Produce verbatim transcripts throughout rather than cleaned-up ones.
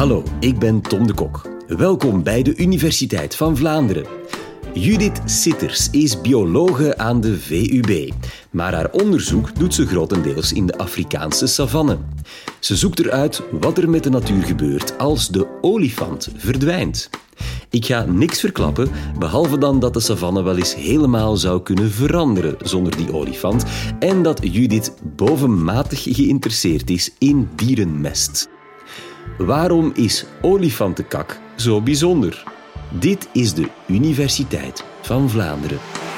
Hallo, ik ben Tom de Kok. Welkom bij de Universiteit van Vlaanderen. Judith Sitters is biologe aan de V U B, maar haar onderzoek doet ze grotendeels in de Afrikaanse savanne. Ze zoekt eruit wat er met de natuur gebeurt als de olifant verdwijnt. Ik ga niks verklappen, behalve dan dat de savanne wel eens helemaal zou kunnen veranderen zonder die olifant en dat Judith bovenmatig geïnteresseerd is in dierenmest. Waarom is olifantenkak zo bijzonder? Dit is de Universiteit van Vlaanderen.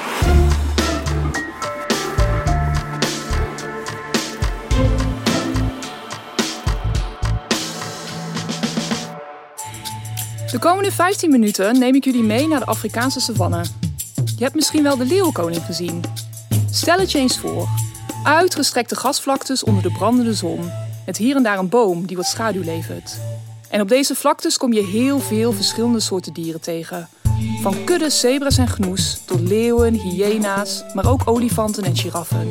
De komende vijftien minuten neem ik jullie mee naar de Afrikaanse savanne. Je hebt misschien wel de leeuwenkoning gezien. Stel het je eens voor. Uitgestrekte grasvlaktes onder de brandende zon. Met hier en daar een boom die wat schaduw levert. En op deze vlaktes kom je heel veel verschillende soorten dieren tegen. Van kuddes, zebra's en gnoes tot leeuwen, hyena's, maar ook olifanten en giraffen.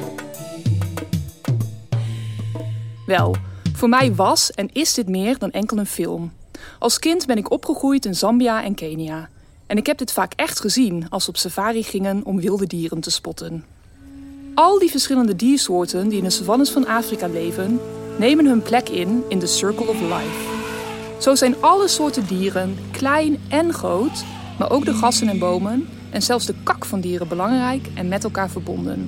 Wel, voor mij was en is dit meer dan enkel een film. Als kind ben ik opgegroeid in Zambia en Kenia. En ik heb dit vaak echt gezien als we op safari gingen om wilde dieren te spotten. Al die verschillende diersoorten die in de savannes van Afrika leven, nemen hun plek in in de Circle of Life. Zo zijn alle soorten dieren, klein en groot, maar ook de grassen en bomen en zelfs de kak van dieren belangrijk en met elkaar verbonden.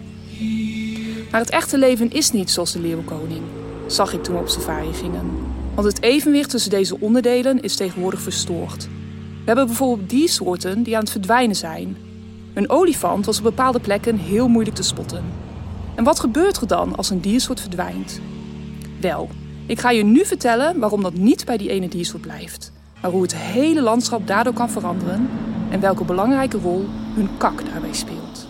Maar het echte leven is niet zoals de leeuwenkoning, zag ik toen we op safari gingen. Want het evenwicht tussen deze onderdelen is tegenwoordig verstoord. We hebben bijvoorbeeld diersoorten die aan het verdwijnen zijn. Een olifant was op bepaalde plekken heel moeilijk te spotten. En wat gebeurt er dan als een diersoort verdwijnt? Wel, ik ga je nu vertellen waarom dat niet bij die ene diersoort blijft, maar hoe het hele landschap daardoor kan veranderen en welke belangrijke rol hun kak daarbij speelt.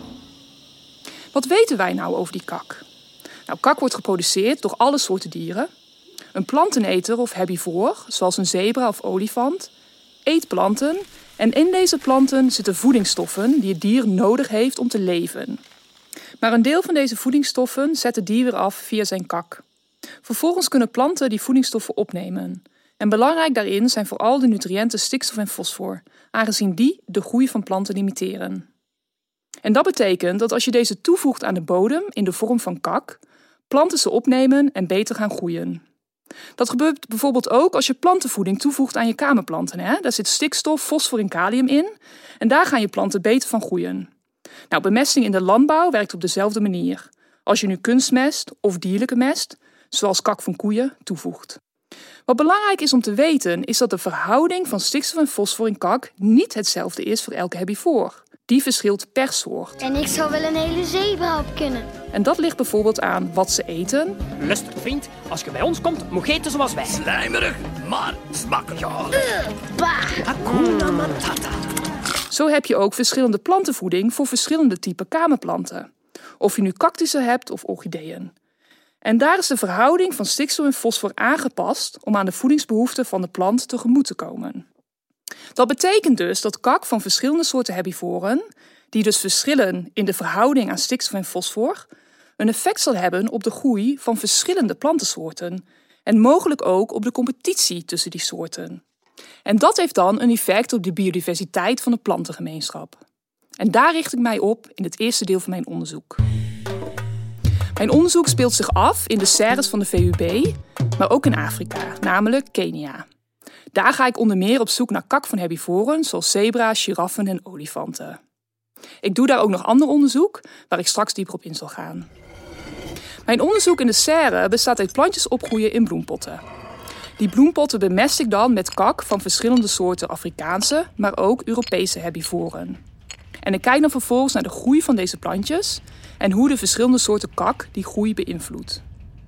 Wat weten wij nou over die kak? Nou, kak wordt geproduceerd door alle soorten dieren. Een planteneter of herbivoor, zoals een zebra of olifant, eet planten en in deze planten zitten voedingsstoffen die het dier nodig heeft om te leven. Maar een deel van deze voedingsstoffen zet het dier weer af via zijn kak. Vervolgens kunnen planten die voedingsstoffen opnemen. En belangrijk daarin zijn vooral de nutriënten stikstof en fosfor, aangezien die de groei van planten limiteren. En dat betekent dat als je deze toevoegt aan de bodem in de vorm van kak, planten ze opnemen en beter gaan groeien. Dat gebeurt bijvoorbeeld ook als je plantenvoeding toevoegt aan je kamerplanten. Hè? Daar zit stikstof, fosfor en kalium in en daar gaan je planten beter van groeien. Nou, bemesting in de landbouw werkt op dezelfde manier. Als je nu kunstmest of dierlijke mest, zoals kak van koeien, toevoegt. Wat belangrijk is om te weten, is dat de verhouding van stikstof en fosfor in kak niet hetzelfde is voor elke herbivoor. Die verschilt per soort. En ik zou wel een hele zebra op kunnen. En dat ligt bijvoorbeeld aan wat ze eten. Luister, vriend, als je bij ons komt, moet je eten zoals wij. Slijmerig, maar smakelijk. Ja. Uh, bah. Hakuna Matata. Zo heb je ook verschillende plantenvoeding voor verschillende typen kamerplanten. Of je nu cactussen hebt of orchideeën. En daar is de verhouding van stikstof en fosfor aangepast om aan de voedingsbehoeften van de plant tegemoet te komen. Dat betekent dus dat kak van verschillende soorten herbivoren, die dus verschillen in de verhouding aan stikstof en fosfor, een effect zal hebben op de groei van verschillende plantensoorten en mogelijk ook op de competitie tussen die soorten. En dat heeft dan een effect op de biodiversiteit van de plantengemeenschap. En daar richt ik mij op in het eerste deel van mijn onderzoek. Mijn onderzoek speelt zich af in de serres van de V U B, maar ook in Afrika, namelijk Kenia. Daar ga ik onder meer op zoek naar kak van herbivoren, zoals zebra's, giraffen en olifanten. Ik doe daar ook nog ander onderzoek, waar ik straks dieper op in zal gaan. Mijn onderzoek in de serre bestaat uit plantjes opgroeien in bloempotten. Die bloempotten bemest ik dan met kak van verschillende soorten Afrikaanse, maar ook Europese herbivoren. En ik kijk dan vervolgens naar de groei van deze plantjes en hoe de verschillende soorten kak die groei beïnvloedt.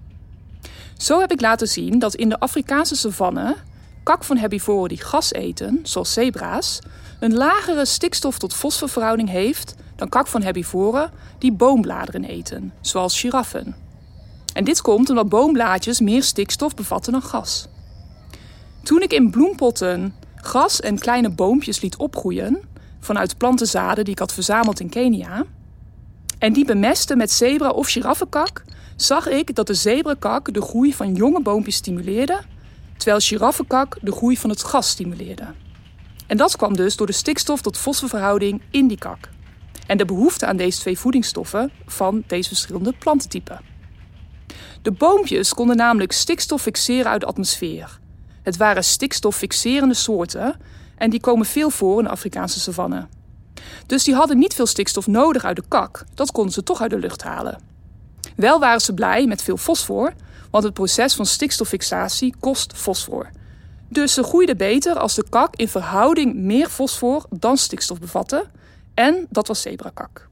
Zo heb ik laten zien dat in de Afrikaanse savanne kak van herbivoren die gras eten, zoals zebra's, een lagere stikstof tot fosforverhouding heeft dan kak van herbivoren die boombladeren eten, zoals giraffen. En dit komt omdat boomblaadjes meer stikstof bevatten dan gras. Toen ik in bloempotten gras en kleine boompjes liet opgroeien, vanuit plantenzaden die ik had verzameld in Kenia, en die bemestte met zebra- of giraffenkak, zag ik dat de zebrakak de groei van jonge boompjes stimuleerde terwijl giraffenkak de groei van het gras stimuleerde. En dat kwam dus door de stikstof tot fosforverhouding in die kak. En de behoefte aan deze twee voedingsstoffen van deze verschillende plantentypen. De boompjes konden namelijk stikstof fixeren uit de atmosfeer. Het waren stikstoffixerende soorten en die komen veel voor in de Afrikaanse savanne. Dus die hadden niet veel stikstof nodig uit de kak, dat konden ze toch uit de lucht halen. Wel waren ze blij met veel fosfor, want het proces van stikstoffixatie kost fosfor. Dus ze groeiden beter als de kak in verhouding meer fosfor dan stikstof bevatte. En dat was zebrakak.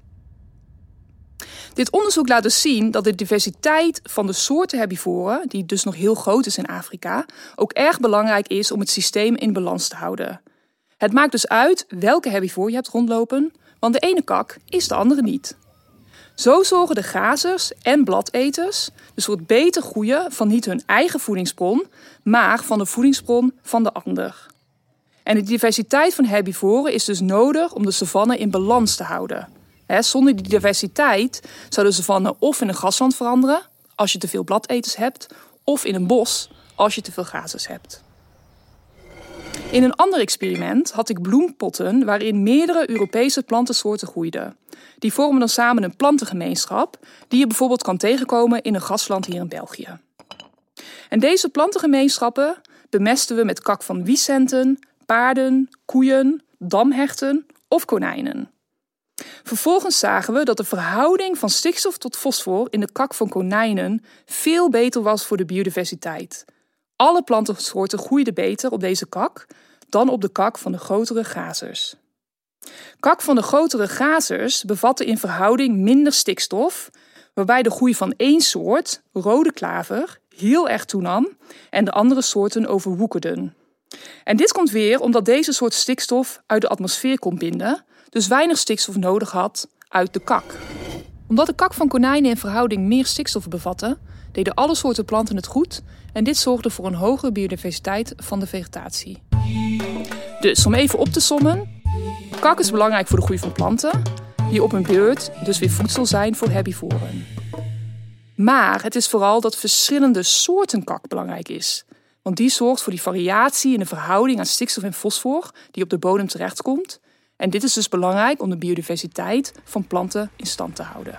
Dit onderzoek laat dus zien dat de diversiteit van de soorten herbivoren, die dus nog heel groot is in Afrika, ook erg belangrijk is om het systeem in balans te houden. Het maakt dus uit welke herbivoor je hebt rondlopen, want de ene kak is de andere niet. Zo zorgen de grazers en bladeters dus voor het beter groeien van niet hun eigen voedingsbron, maar van de voedingsbron van de ander. En de diversiteit van herbivoren is dus nodig om de savanne in balans te houden. He, zonder die diversiteit zou de savanne of in een grasland veranderen, als je te veel bladeters hebt, of in een bos, als je te veel grazers hebt. In een ander experiment had ik bloempotten waarin meerdere Europese plantensoorten groeiden. Die vormen dan samen een plantengemeenschap die je bijvoorbeeld kan tegenkomen in een grasland hier in België. En deze plantengemeenschappen bemesten we met kak van wiesenten, paarden, koeien, damherten of konijnen. Vervolgens zagen we dat de verhouding van stikstof tot fosfor in de kak van konijnen veel beter was voor de biodiversiteit. Alle plantensoorten groeiden beter op deze kak dan op de kak van de grotere grazers. Kak van de grotere grazers bevatte in verhouding minder stikstof, waarbij de groei van één soort, rode klaver, heel erg toenam en de andere soorten overwoekerden. En dit komt weer omdat deze soort stikstof uit de atmosfeer kon binden, dus weinig stikstof nodig had uit de kak. Omdat de kak van konijnen in verhouding meer stikstof bevatte, deden alle soorten planten het goed en dit zorgde voor een hogere biodiversiteit van de vegetatie. Dus om even op te sommen, kak is belangrijk voor de groei van planten, die op hun beurt dus weer voedsel zijn voor herbivoren. Maar het is vooral dat verschillende soorten kak belangrijk is. Want die zorgt voor die variatie in de verhouding aan stikstof en fosfor die op de bodem terechtkomt. En dit is dus belangrijk om de biodiversiteit van planten in stand te houden.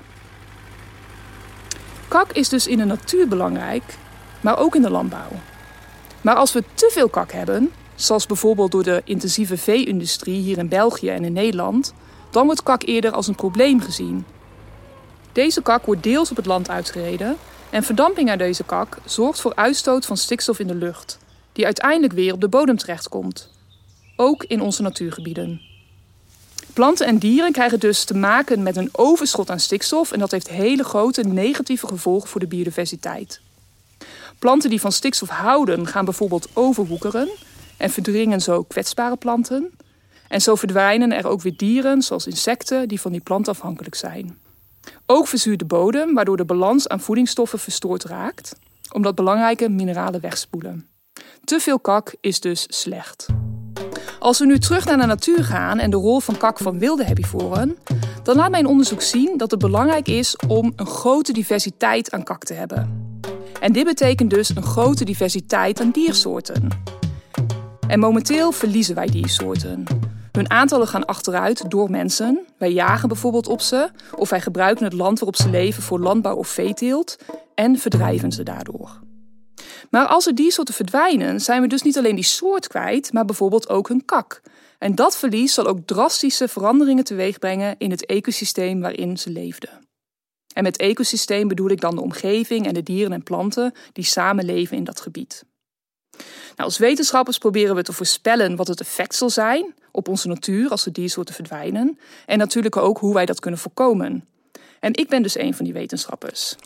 Kak is dus in de natuur belangrijk, maar ook in de landbouw. Maar als we te veel kak hebben, zoals bijvoorbeeld door de intensieve vee-industrie hier in België en in Nederland, dan wordt kak eerder als een probleem gezien. Deze kak wordt deels op het land uitgereden en verdamping uit deze kak zorgt voor uitstoot van stikstof in de lucht, die uiteindelijk weer op de bodem terechtkomt. Ook in onze natuurgebieden. Planten en dieren krijgen dus te maken met een overschot aan stikstof en dat heeft hele grote negatieve gevolgen voor de biodiversiteit. Planten die van stikstof houden gaan bijvoorbeeld overwoekeren en verdringen zo kwetsbare planten. En zo verdwijnen er ook weer dieren, zoals insecten, die van die plant afhankelijk zijn. Ook verzuurt de bodem, waardoor de balans aan voedingsstoffen verstoord raakt, omdat belangrijke mineralen wegspoelen. Te veel kak is dus slecht. Als we nu terug naar de natuur gaan en de rol van kak van wilde herbivoren, dan laat mijn onderzoek zien dat het belangrijk is om een grote diversiteit aan kak te hebben. En dit betekent dus een grote diversiteit aan diersoorten. En momenteel verliezen wij diersoorten. Hun aantallen gaan achteruit door mensen. Wij jagen bijvoorbeeld op ze, of wij gebruiken het land waarop ze leven voor landbouw of veeteelt en verdrijven ze daardoor. Maar als er diersoorten verdwijnen, zijn we dus niet alleen die soort kwijt, maar bijvoorbeeld ook hun kak. En dat verlies zal ook drastische veranderingen teweegbrengen in het ecosysteem waarin ze leefden. En met ecosysteem bedoel ik dan de omgeving en de dieren en planten die samen leven in dat gebied. Nou, als wetenschappers proberen we te voorspellen wat het effect zal zijn op onze natuur als de diersoorten verdwijnen. En natuurlijk ook hoe wij dat kunnen voorkomen. En ik ben dus een van die wetenschappers.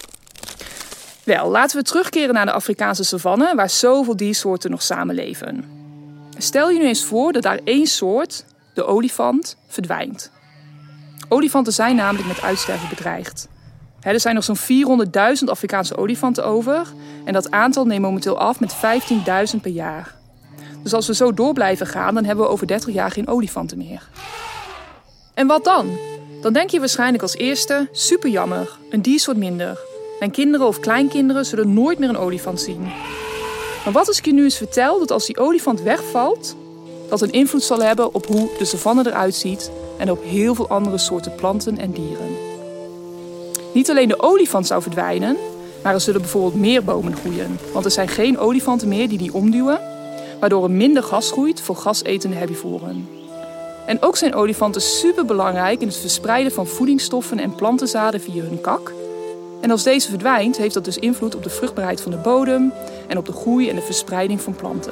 Wel, laten we terugkeren naar de Afrikaanse savanne, waar zoveel diersoorten nog samenleven. Stel je nu eens voor dat daar één soort, de olifant, verdwijnt. Olifanten zijn namelijk met uitsterven bedreigd. Er zijn nog zo'n vierhonderdduizend Afrikaanse olifanten over en dat aantal neemt momenteel af met vijftienduizend per jaar. Dus als we zo door blijven gaan, dan hebben we over dertig jaar geen olifanten meer. En wat dan? Dan denk je waarschijnlijk als eerste, super jammer, een diersoort minder. Mijn kinderen of kleinkinderen zullen nooit meer een olifant zien. Maar wat als ik je nu eens vertel dat als die olifant wegvalt, dat een invloed zal hebben op hoe de savanne eruit ziet en op heel veel andere soorten planten en dieren. Niet alleen de olifant zou verdwijnen, maar er zullen bijvoorbeeld meer bomen groeien. Want er zijn geen olifanten meer die die omduwen, waardoor er minder gas groeit voor gasetende herbivoren. En ook zijn olifanten superbelangrijk in het verspreiden van voedingsstoffen en plantenzaden via hun kak. En als deze verdwijnt, heeft dat dus invloed op de vruchtbaarheid van de bodem en op de groei en de verspreiding van planten.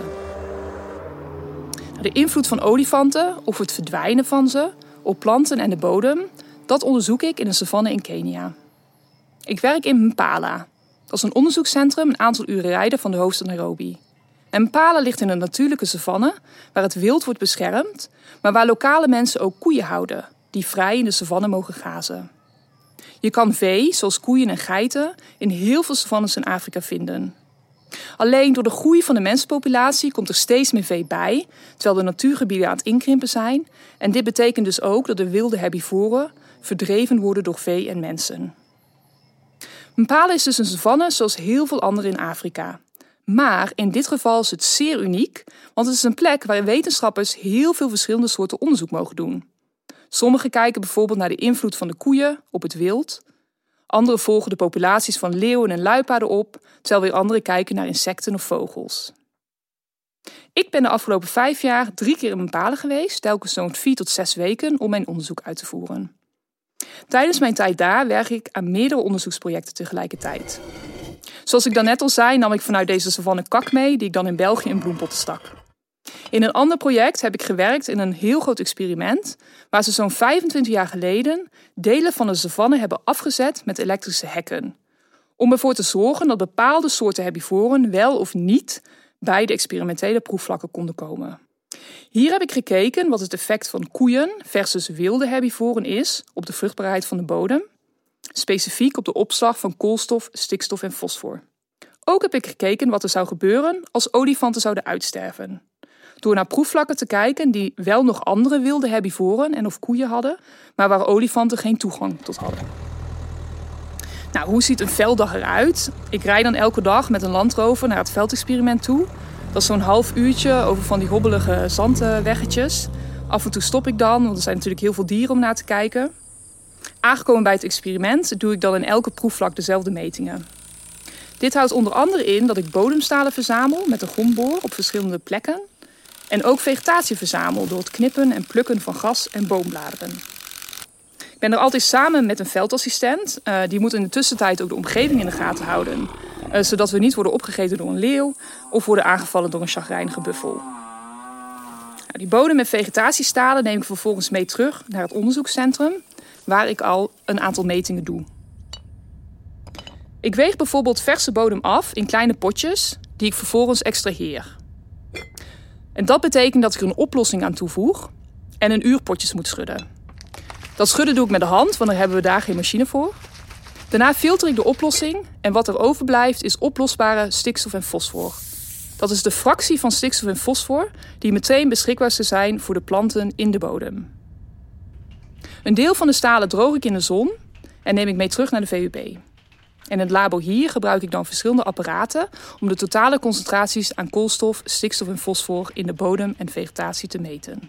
De invloed van olifanten, of het verdwijnen van ze, op planten en de bodem, dat onderzoek ik in een savanne in Kenia. Ik werk in Mpala. Dat is een onderzoekscentrum een aantal uren rijden van de hoofdstad Nairobi. En Mpala ligt in een natuurlijke savanne waar het wild wordt beschermd, maar waar lokale mensen ook koeien houden, die vrij in de savanne mogen grazen. Je kan vee, zoals koeien en geiten, in heel veel savannes in Afrika vinden. Alleen door de groei van de mensenpopulatie komt er steeds meer vee bij, terwijl de natuurgebieden aan het inkrimpen zijn. En dit betekent dus ook dat de wilde herbivoren verdreven worden door vee en mensen. Mpala is dus een savanne zoals heel veel andere in Afrika. Maar in dit geval is het zeer uniek, want het is een plek waar wetenschappers heel veel verschillende soorten onderzoek mogen doen. Sommigen kijken bijvoorbeeld naar de invloed van de koeien op het wild. Anderen volgen de populaties van leeuwen en luipaarden op, terwijl weer anderen kijken naar insecten of vogels. Ik ben de afgelopen vijf jaar drie keer in Mpala geweest, telkens zo'n vier tot zes weken, om mijn onderzoek uit te voeren. Tijdens mijn tijd daar werk ik aan meerdere onderzoeksprojecten tegelijkertijd. Zoals ik daarnet al zei, nam ik vanuit deze savanne kak mee, die ik dan in België in bloempotten stak. In een ander project heb ik gewerkt in een heel groot experiment, waar ze zo'n vijfentwintig jaar geleden delen van de savanne hebben afgezet met elektrische hekken. Om ervoor te zorgen dat bepaalde soorten herbivoren wel of niet bij de experimentele proefvlakken konden komen. Hier heb ik gekeken wat het effect van koeien versus wilde herbivoren is op de vruchtbaarheid van de bodem. Specifiek op de opslag van koolstof, stikstof en fosfor. Ook heb ik gekeken wat er zou gebeuren als olifanten zouden uitsterven. Door naar proefvlakken te kijken die wel nog andere wilde herbivoren en of koeien hadden, maar waar olifanten geen toegang tot hadden. Nou, hoe ziet een velddag eruit? Ik rijd dan elke dag met een landrover naar het veldexperiment toe. Dat is zo'n half uurtje over van die hobbelige zandweggetjes. Af en toe stop ik dan, want er zijn natuurlijk heel veel dieren om naar te kijken. Aangekomen bij het experiment doe ik dan in elke proefvlak dezelfde metingen. Dit houdt onder andere in dat ik bodemstalen verzamel met een grondboor op verschillende plekken. En ook vegetatie verzamel door het knippen en plukken van gras en boombladeren. Ik ben er altijd samen met een veldassistent. Uh, die moet in de tussentijd ook de omgeving in de gaten houden. Uh, zodat we niet worden opgegeten door een leeuw of worden aangevallen door een chagrijnige buffel. Nou, die bodem- en vegetatiestalen neem ik vervolgens mee terug naar het onderzoekscentrum, waar ik al een aantal metingen doe. Ik weeg bijvoorbeeld verse bodem af in kleine potjes die ik vervolgens extraheer. En dat betekent dat ik er een oplossing aan toevoeg en een uur potjes moet schudden. Dat schudden doe ik met de hand, want daar hebben we daar geen machine voor. Daarna filter ik de oplossing en wat er overblijft is oplosbare stikstof en fosfor. Dat is de fractie van stikstof en fosfor die meteen beschikbaar zijn voor de planten in de bodem. Een deel van de stalen droog ik in de zon en neem ik mee terug naar de V U B. En in het labo hier gebruik ik dan verschillende apparaten om de totale concentraties aan koolstof, stikstof en fosfor in de bodem en vegetatie te meten.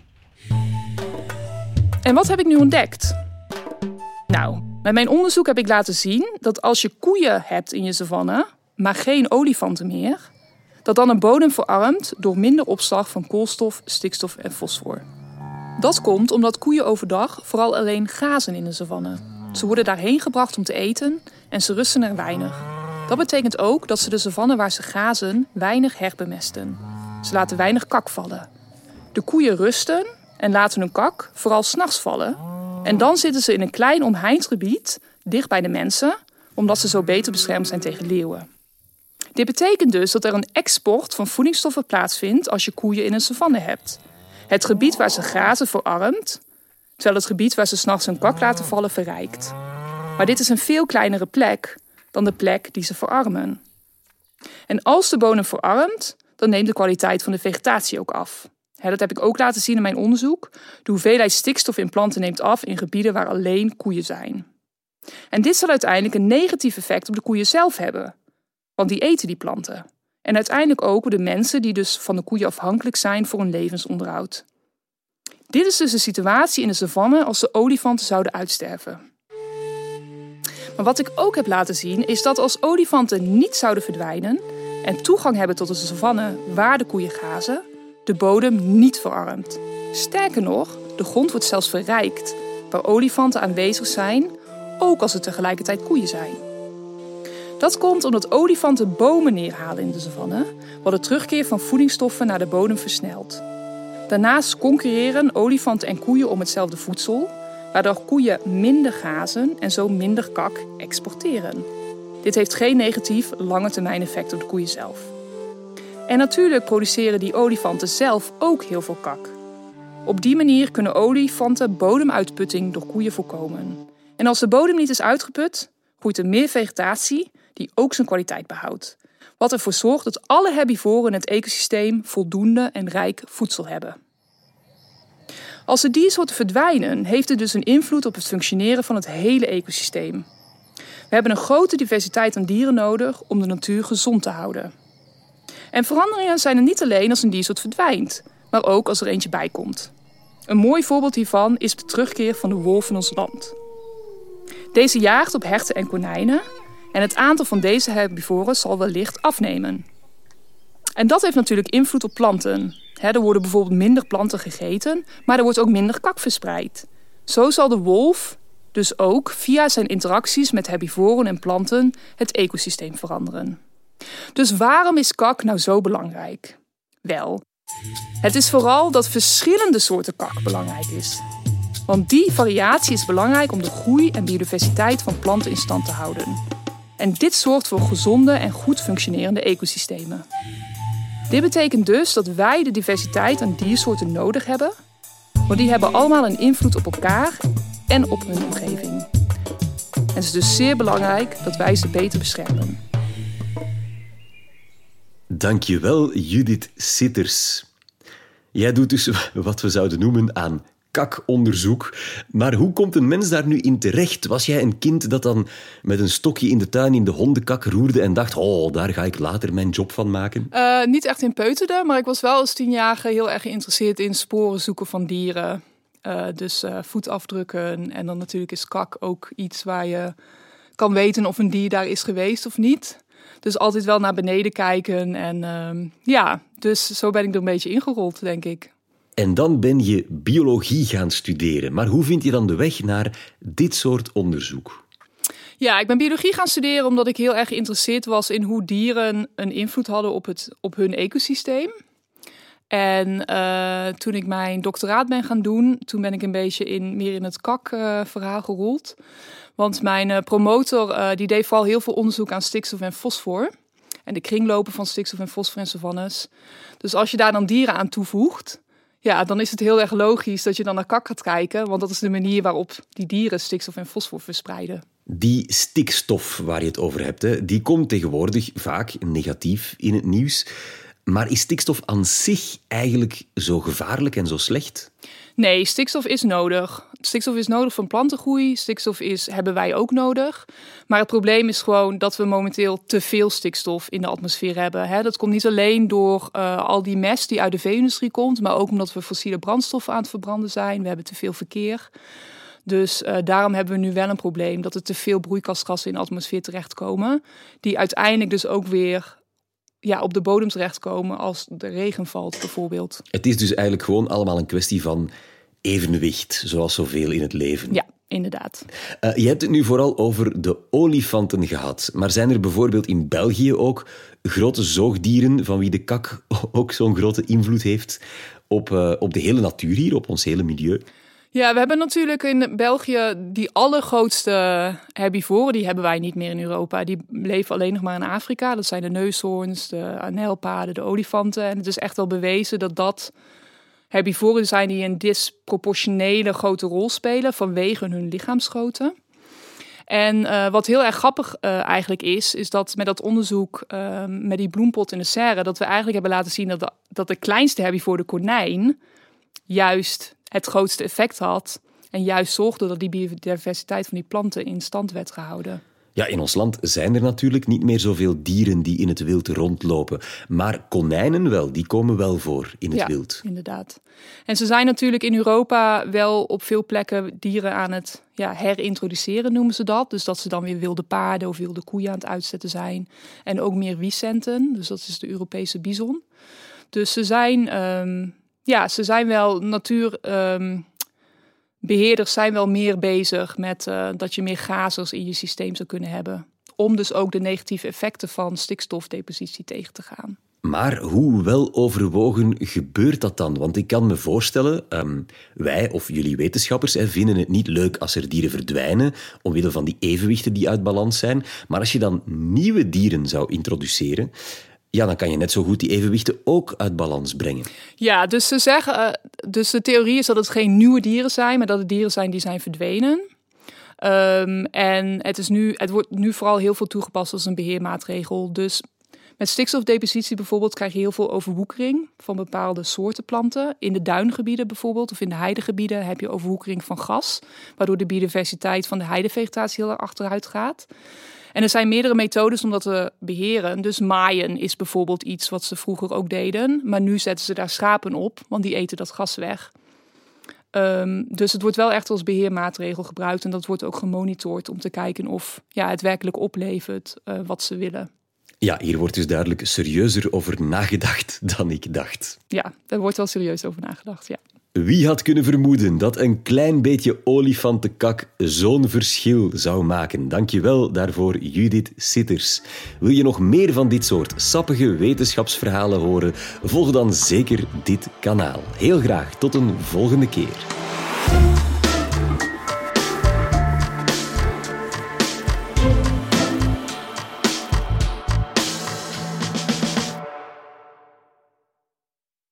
En wat heb ik nu ontdekt? Nou, met mijn onderzoek heb ik laten zien dat als je koeien hebt in je savanne, maar geen olifanten meer, dat dan een bodem verarmt door minder opslag van koolstof, stikstof en fosfor. Dat komt omdat koeien overdag vooral alleen grazen in de savanne. Ze worden daarheen gebracht om te eten en ze rusten er weinig. Dat betekent ook dat ze de savanne waar ze grazen weinig herbemesten. Ze laten weinig kak vallen. De koeien rusten en laten hun kak vooral 's nachts vallen. En dan zitten ze in een klein omheind gebied, dicht bij de mensen, omdat ze zo beter beschermd zijn tegen leeuwen. Dit betekent dus dat er een export van voedingsstoffen plaatsvindt als je koeien in een savanne hebt. Het gebied waar ze grazen verarmt, terwijl het gebied waar ze 's nachts hun kak laten vallen verrijkt. Maar dit is een veel kleinere plek dan de plek die ze verarmen. En als de bodem verarmt, dan neemt de kwaliteit van de vegetatie ook af. He, dat heb ik ook laten zien in mijn onderzoek. De hoeveelheid stikstof in planten neemt af in gebieden waar alleen koeien zijn. En dit zal uiteindelijk een negatief effect op de koeien zelf hebben. Want die eten die planten. En uiteindelijk ook de mensen die dus van de koeien afhankelijk zijn voor hun levensonderhoud. Dit is dus de situatie in de savanne als de olifanten zouden uitsterven. Maar wat ik ook heb laten zien is dat als olifanten niet zouden verdwijnen en toegang hebben tot de savanne waar de koeien grazen, de bodem niet verarmt. Sterker nog, de grond wordt zelfs verrijkt, waar olifanten aanwezig zijn, ook als er tegelijkertijd koeien zijn. Dat komt omdat olifanten bomen neerhalen in de savanne, wat de terugkeer van voedingsstoffen naar de bodem versnelt. Daarnaast concurreren olifanten en koeien om hetzelfde voedsel, waardoor koeien minder grazen en zo minder kak exporteren. Dit heeft geen negatief lange termijn effect op de koeien zelf. En natuurlijk produceren die olifanten zelf ook heel veel kak. Op die manier kunnen olifanten bodemuitputting door koeien voorkomen. En als de bodem niet is uitgeput, groeit er meer vegetatie die ook zijn kwaliteit behoudt. Wat ervoor zorgt dat alle herbivoren in het ecosysteem voldoende en rijk voedsel hebben. Als de diersoorten verdwijnen, heeft het dus een invloed op het functioneren van het hele ecosysteem. We hebben een grote diversiteit aan dieren nodig om de natuur gezond te houden. En veranderingen zijn er niet alleen als een diersoort verdwijnt, maar ook als er eentje bij komt. Een mooi voorbeeld hiervan is de terugkeer van de wolf in ons land. Deze jaagt op herten en konijnen en het aantal van deze herbivoren zal wellicht afnemen. En dat heeft natuurlijk invloed op planten. He, er worden bijvoorbeeld minder planten gegeten, maar er wordt ook minder kak verspreid. Zo zal de wolf dus ook via zijn interacties met herbivoren en planten het ecosysteem veranderen. Dus waarom is kak nou zo belangrijk? Wel, het is vooral dat verschillende soorten kak belangrijk is. Want die variatie is belangrijk om de groei en biodiversiteit van planten in stand te houden. En dit zorgt voor gezonde en goed functionerende ecosystemen. Dit betekent dus dat wij de diversiteit aan diersoorten nodig hebben, want die hebben allemaal een invloed op elkaar en op hun omgeving. En het is dus zeer belangrijk dat wij ze beter beschermen. Dankjewel, Judith Sitters. Jij doet dus wat we zouden noemen aan kakonderzoek. Maar hoe komt een mens daar nu in terecht? Was jij een kind dat dan met een stokje in de tuin in de hondenkak roerde en dacht, oh, daar ga ik later mijn job van maken? Uh, niet echt in peuterde, maar ik was wel als tienjarige heel erg geïnteresseerd in sporen zoeken van dieren. Uh, dus uh, voetafdrukken. En dan natuurlijk is kak ook iets waar je kan weten of een dier daar is geweest of niet. Dus altijd wel naar beneden kijken. En uh, ja, dus zo ben ik er een beetje ingerold, denk ik. En dan ben je biologie gaan studeren. Maar hoe vind je dan de weg naar dit soort onderzoek? Ja, ik ben biologie gaan studeren omdat ik heel erg geïnteresseerd was in hoe dieren een invloed hadden op, het, op hun ecosysteem. En uh, toen ik mijn doctoraat ben gaan doen, toen ben ik een beetje in, meer in het kak-verhaal uh, gerold. Want mijn uh, promotor uh, die deed vooral heel veel onderzoek aan stikstof en fosfor. En de kringlopen van stikstof en fosfor in savannes. Dus als je daar dan dieren aan toevoegt, ja, dan is het heel erg logisch dat je dan naar kak gaat kijken. Want dat is de manier waarop die dieren stikstof en fosfor verspreiden. Die stikstof waar je het over hebt, hè, die komt tegenwoordig vaak negatief in het nieuws. Maar is stikstof aan zich eigenlijk zo gevaarlijk en zo slecht? Nee, stikstof is nodig. Stikstof is nodig voor plantengroei. Stikstof is, hebben wij ook nodig. Maar het probleem is gewoon dat we momenteel te veel stikstof in de atmosfeer hebben. Hè. Dat komt niet alleen door uh, al die mest die uit de vee-industrie komt, maar ook omdat we fossiele brandstoffen aan het verbranden zijn. We hebben te veel verkeer. Dus uh, daarom hebben we nu wel een probleem dat er te veel broeikasgassen in de atmosfeer terechtkomen. Die uiteindelijk dus ook weer ja, op de bodem terechtkomen als de regen valt bijvoorbeeld. Het is dus eigenlijk gewoon allemaal een kwestie van evenwicht, zoals zoveel in het leven. Ja, inderdaad. Uh, je hebt het nu vooral over de olifanten gehad. Maar zijn er bijvoorbeeld in België ook grote zoogdieren van wie de kak ook zo'n grote invloed heeft op, uh, op de hele natuur hier, op ons hele milieu? Ja, we hebben natuurlijk in België die allergrootste herbivoren, die hebben wij niet meer in Europa. Die leven alleen nog maar in Afrika. Dat zijn de neushoorns, de nijlpaarden, de olifanten. En het is echt wel bewezen dat dat herbivoren zijn die een disproportionele grote rol spelen vanwege hun lichaamsgrootte. En uh, wat heel erg grappig uh, eigenlijk is, is dat met dat onderzoek uh, met die bloempot in de serre, dat we eigenlijk hebben laten zien dat de, dat de kleinste herbivoor, de konijn, juist het grootste effect had en juist zorgde dat die biodiversiteit van die planten in stand werd gehouden. Ja, in ons land zijn er natuurlijk niet meer zoveel dieren die in het wild rondlopen. Maar konijnen wel, die komen wel voor in het ja, wild. Inderdaad. En ze zijn natuurlijk in Europa wel op veel plekken dieren aan het ja, herintroduceren, noemen ze dat. Dus dat ze dan weer wilde paarden of wilde koeien aan het uitzetten zijn. En ook meer wiesenten, dus dat is de Europese bison. Dus ze zijn, um, ja, ze zijn wel natuur... Um, Beheerders zijn wel meer bezig met uh, dat je meer gazers in je systeem zou kunnen hebben. Om dus ook de negatieve effecten van stikstofdepositie tegen te gaan. Maar hoe wel overwogen gebeurt dat dan? Want ik kan me voorstellen, um, wij of jullie wetenschappers hè, vinden het niet leuk als er dieren verdwijnen, omwille van die evenwichten die uit balans zijn. Maar als je dan nieuwe dieren zou introduceren, ja, dan kan je net zo goed die evenwichten ook uit balans brengen. Ja, dus ze zeggen, dus de theorie is dat het geen nieuwe dieren zijn, maar dat het dieren zijn die zijn verdwenen. Um, en het, is nu, het wordt nu vooral heel veel toegepast als een beheermaatregel. Dus met stikstofdepositie bijvoorbeeld krijg je heel veel overwoekering van bepaalde soorten planten. In de duingebieden bijvoorbeeld of in de heidegebieden heb je overwoekering van gas, waardoor de biodiversiteit van de heidevegetatie heel erg achteruit gaat. En er zijn meerdere methodes om dat te beheren. Dus maaien is bijvoorbeeld iets wat ze vroeger ook deden. Maar nu zetten ze daar schapen op, want die eten dat gas weg. Um, dus het wordt wel echt als beheermaatregel gebruikt. En dat wordt ook gemonitord om te kijken of ja, het werkelijk oplevert uh, wat ze willen. Ja, hier wordt dus duidelijk serieuzer over nagedacht dan ik dacht. Ja, daar wordt wel serieus over nagedacht, ja. Wie had kunnen vermoeden dat een klein beetje olifantenkak zo'n verschil zou maken? Dankjewel daarvoor, Judith Sitters. Wil je nog meer van dit soort sappige wetenschapsverhalen horen? Volg dan zeker dit kanaal. Heel graag tot een volgende keer.